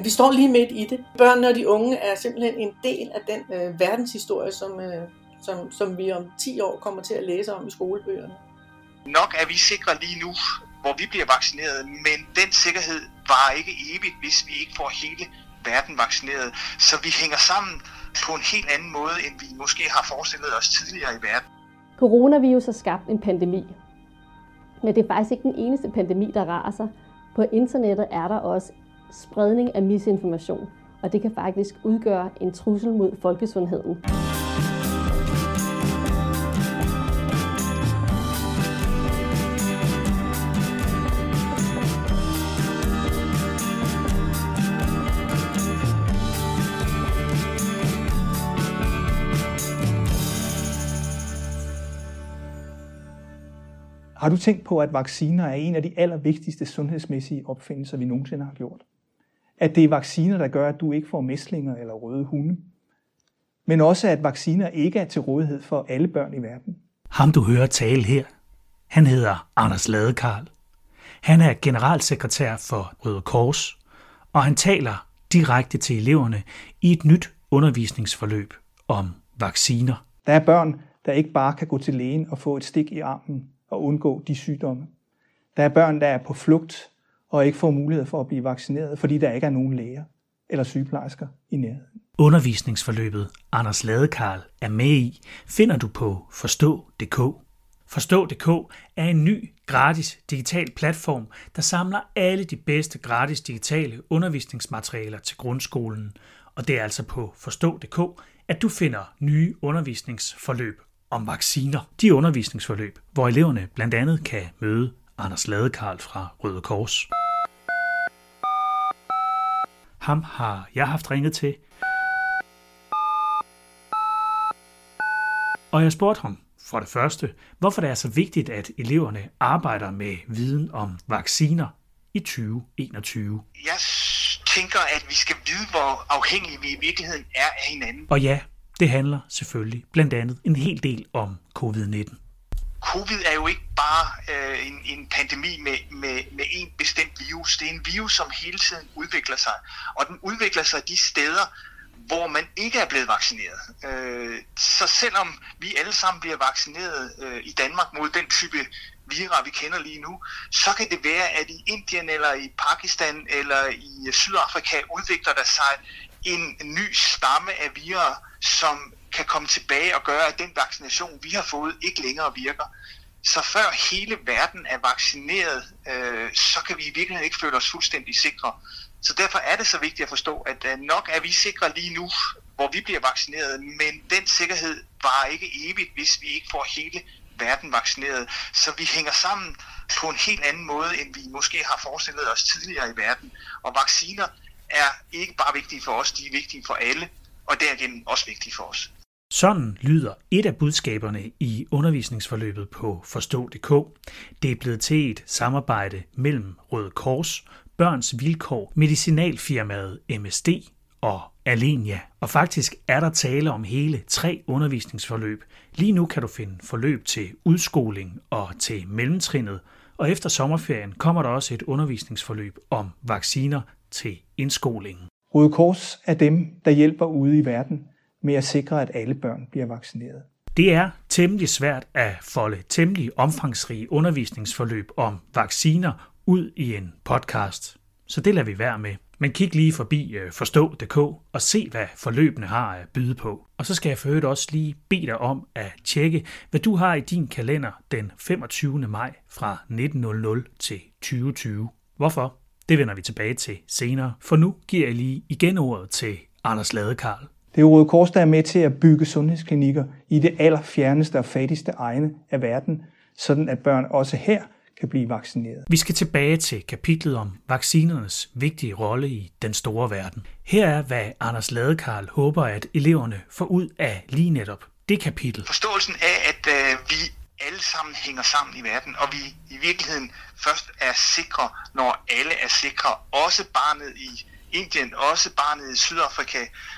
Vi står lige midt i det. Børnene og de unge er simpelthen en del af den verdenshistorie, som vi om 10 år kommer til at læse om i skolebøgerne. Nok er vi sikre lige nu, hvor vi bliver vaccineret, men den sikkerhed varer ikke evigt, hvis vi ikke får hele verden vaccineret. Så vi hænger sammen på en helt anden måde, end vi måske har forestillet os tidligere i verden. Coronavirus har skabt en pandemi. Men det er faktisk ikke den eneste pandemi, der raser. På internettet er der også spredning af misinformation, og det kan faktisk udgøre en trussel mod folkesundheden. Har du tænkt på, at vacciner er en af de allervigtigste sundhedsmæssige opfindelser, vi nogensinde har gjort? At det er vacciner, der gør, at du ikke får mæslinger eller røde hunde. Men også, at vacciner ikke er til rådighed for alle børn i verden. Ham du hører tale her, han hedder Anders Ladekarl. Han er generalsekretær for Røde Kors, og han taler direkte til eleverne i et nyt undervisningsforløb om vacciner. Der er børn, der ikke bare kan gå til lægen og få et stik i armen og undgå de sygdomme. Der er børn, der er på flugt og ikke får mulighed for at blive vaccineret, fordi der ikke er nogen læger eller sygeplejersker i nærheden. Undervisningsforløbet Anders Ladekarl er med i, finder du på Forstå.dk. Forstå.dk er en ny, gratis digital platform, der samler alle de bedste gratis digitale undervisningsmaterialer til grundskolen. Og det er altså på Forstå.dk, at du finder nye undervisningsforløb om vacciner. De undervisningsforløb, hvor eleverne blandt andet kan møde Anders Ladekarl fra Røde Kors. Ham har jeg haft ringet til. Og jeg spurgte ham for det første, hvorfor det er så vigtigt, at eleverne arbejder med viden om vacciner i 2021. Jeg tænker, at vi skal vide, hvor afhængige vi i virkeligheden er af hinanden. Og ja, det handler selvfølgelig blandt andet en hel del om covid-19. Covid er jo ikke bare en pandemi med en bestemt virus. Det er en virus, som hele tiden udvikler sig. Og den udvikler sig de steder, hvor man ikke er blevet vaccineret. Så selvom vi alle sammen bliver vaccineret i Danmark mod den type vira, vi kender lige nu, så kan det være, at i Indien eller i Pakistan eller i Sydafrika udvikler der sig en ny stamme af vira, som kan komme tilbage og gøre, at den vaccination, vi har fået, ikke længere virker. Så før hele verden er vaccineret, så kan vi i virkeligheden ikke føle os fuldstændig sikre. Så derfor er det så vigtigt at forstå, at nok er vi sikre lige nu, hvor vi bliver vaccineret, men den sikkerhed varer ikke evigt, hvis vi ikke får hele verden vaccineret. Så vi hænger sammen på en helt anden måde, end vi måske har forestillet os tidligere i verden. Og vacciner er ikke bare vigtige for os, de er vigtige for alle, og derigennem også vigtige for os. Sådan lyder et af budskaberne i undervisningsforløbet på Forstå.dk. Det er blevet til et samarbejde mellem Røde Kors, Børns Vilkår, medicinalfirmaet MSD og Alenia. Og faktisk er der tale om hele 3 undervisningsforløb. Lige nu kan du finde forløb til udskoling og til mellemtrinnet, og efter sommerferien kommer der også et undervisningsforløb om vacciner til indskolingen. Røde Kors er dem, der hjælper ude i verden med at sikre, at alle børn bliver vaccineret. Det er temmelig svært at folde temmelig omfangsrige undervisningsforløb om vacciner ud i en podcast. Så det lader vi være med. Men kig lige forbi Forstå.dk og se, hvad forløbene har at byde på. Og så skal jeg for øvrigt også lige bede dig om at tjekke, hvad du har i din kalender den 25. maj fra 19.00 til 2020. Hvorfor? Det vender vi tilbage til senere, for nu giver jeg lige igen ordet til Anders Ladekarl. Det er Røde Kors, der er med til at bygge sundhedsklinikker i det allerfjerneste og fattigste egne af verden, sådan at børn også her kan blive vaccineret. Vi skal tilbage til kapitlet om vaccinernes vigtige rolle i den store verden. Her er, hvad Anders Ladekarl håber, at eleverne får ud af lige netop det kapitel. Forståelsen af, at vi alle sammen hænger sammen i verden, og vi i virkeligheden først er sikre, når alle er sikre. Også barnet i Indien, også barnet i Sydafrika,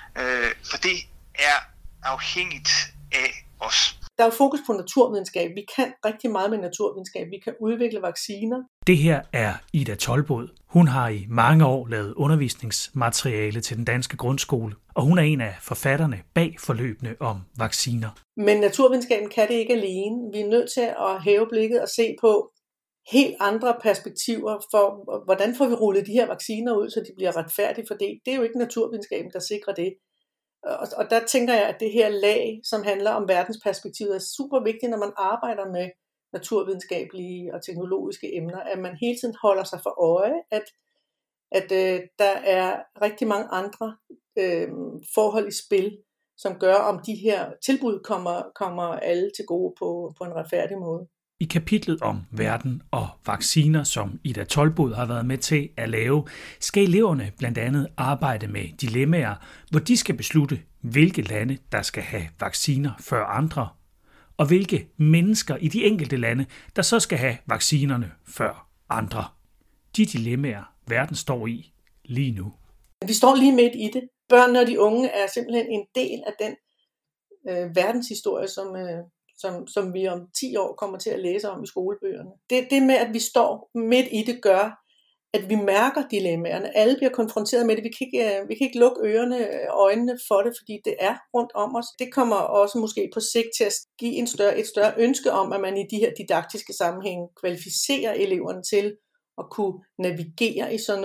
for det er afhængigt af os. Der er jo fokus på naturvidenskab. Vi kan rigtig meget med naturvidenskab. Vi kan udvikle vacciner. Det her er Ida Tolbod. Hun har i mange år lavet undervisningsmateriale til den danske grundskole, og hun er en af forfatterne bag forløbene om vacciner. Men naturvidenskaben kan det ikke alene. Vi er nødt til at hæve blikket og se på helt andre perspektiver for, hvordan får vi rullet de her vacciner ud, så de bliver retfærdigt fordelt. Det er jo ikke naturvidenskaben, der sikrer det. Og der tænker jeg, at det her lag, som handler om verdensperspektivet, er super vigtigt, når man arbejder med naturvidenskabelige og teknologiske emner, at man hele tiden holder sig for øje, at der er rigtig mange andre forhold i spil, som gør, om de her tilbud kommer alle til gode på en retfærdig måde. I kapitlet om verden og vacciner, som Ida Tolbod har været med til at lave, skal eleverne blandt andet arbejde med dilemmaer, hvor de skal beslutte, hvilke lande, der skal have vacciner før andre, og hvilke mennesker i de enkelte lande, der så skal have vaccinerne før andre. De dilemmaer, verden står i lige nu. Vi står lige midt i det. Børnene og de unge er simpelthen en del af den verdenshistorie, som vi om 10 år kommer til at læse om i skolebøgerne. Det med, at vi står midt i det, gør, at vi mærker dilemmaerne. Alle bliver konfronteret med det. Vi kan ikke lukke ørerne og øjnene for det, fordi det er rundt om os. Det kommer også måske på sigt til at give et større ønske om, at man i de her didaktiske sammenhænge kvalificerer eleverne til at kunne navigere i sådan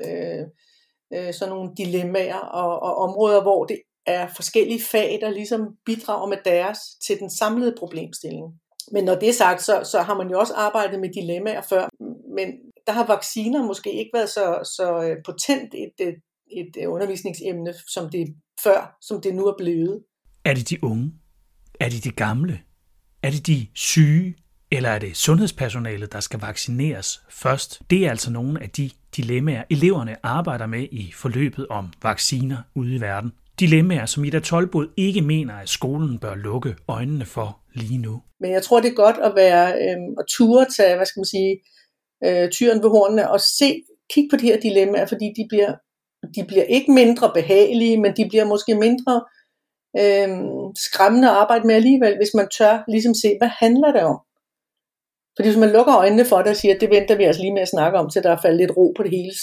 nogle dilemmaer og områder, hvor det er forskellige fag, der ligesom bidrager med deres til den samlede problemstilling. Men når det er sagt, så har man jo også arbejdet med dilemmaer før, men der har vacciner måske ikke været så potent et undervisningsemne, som det nu er blevet. Er det de unge? Er det de gamle? Er det de syge? Eller er det sundhedspersonalet, der skal vaccineres først? Det er altså nogle af de dilemmaer, eleverne arbejder med i forløbet om vacciner ude i verden. Dilemmaer, som Ida Tolbod ikke mener, at skolen bør lukke øjnene for lige nu. Men jeg tror, det er godt at være at ture tage, tyren ved hornene og kigge på de her dilemmaer, fordi de bliver ikke mindre behagelige, men de bliver måske mindre skræmmende at arbejde med alligevel, hvis man tør ligesom se, hvad handler det om? Fordi hvis man lukker øjnene for det og siger, at det venter vi altså lige med at snakke om, til der er faldet lidt ro på det hele,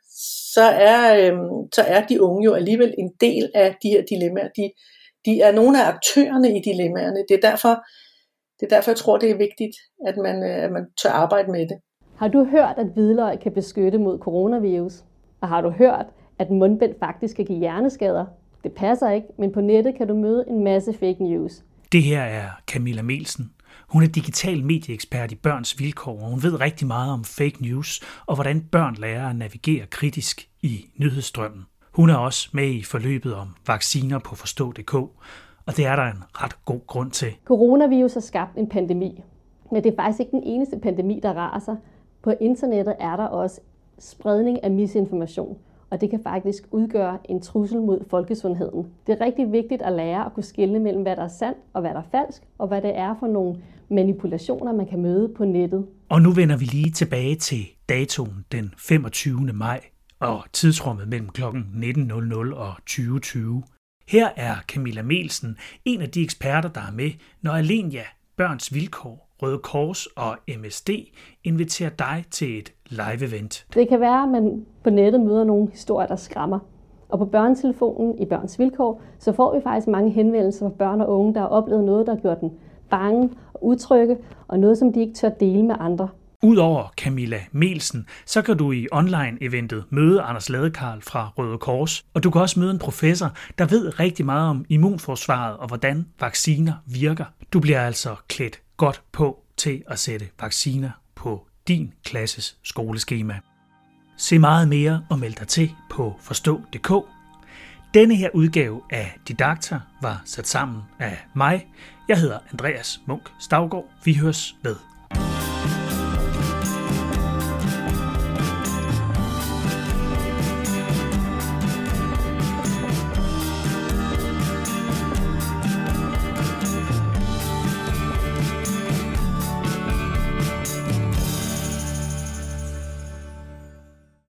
så er de unge jo alligevel en del af de her dilemmaer. De er nogle af aktørerne i dilemmaerne. Det er derfor, jeg tror, det er vigtigt, at man tør arbejde med det. Har du hørt, at hvidløg kan beskytte mod coronavirus? Og har du hørt, at mundbind faktisk kan give hjerneskader? Det passer ikke, men på nettet kan du møde en masse fake news. Det her er Camilla Melsen. Hun er digital medieekspert i Børns Vilkår, og hun ved rigtig meget om fake news og hvordan børn lærer at navigere kritisk i nyhedsstrømmen. Hun er også med i forløbet om vacciner på forstå.dk, og det er der en ret god grund til. Coronavirus har skabt en pandemi, men det er faktisk ikke den eneste pandemi, der raser. På internettet er der også spredning af misinformation, og det kan faktisk udgøre en trussel mod folkesundheden. Det er rigtig vigtigt at lære at kunne skelne mellem, hvad der er sandt og hvad der er falsk, og hvad det er for nogle manipulationer, man kan møde på nettet. Og nu vender vi lige tilbage til datoen den 25. maj og tidsrummet mellem kl. 19.00 og 20.20. Her er Camilla Melsen en af de eksperter, der er med, når Alenia, Børns Vilkår, Røde Kors og MSD inviterer dig til et live-event. Det kan være, at man på nettet møder nogle historier, der skræmmer. Og på børnetelefonen i Børns Vilkår, så får vi faktisk mange henvendelser fra børn og unge, der har oplevet noget, der har gjort dem bange og utrygge, og noget, som de ikke tør dele med andre. Udover Camilla Melsen, så kan du i online-eventet møde Anders Ladekarl fra Røde Kors, og du kan også møde en professor, der ved rigtig meget om immunforsvaret og hvordan vacciner virker. Du bliver altså klædt godt på til at sætte vacciner på din klasses skoleskema. Se meget mere og meld dig til på forstå.dk. Denne her udgave af Didakter var sat sammen af mig. Jeg hedder Andreas Munk Staugaard. Vi høres ved.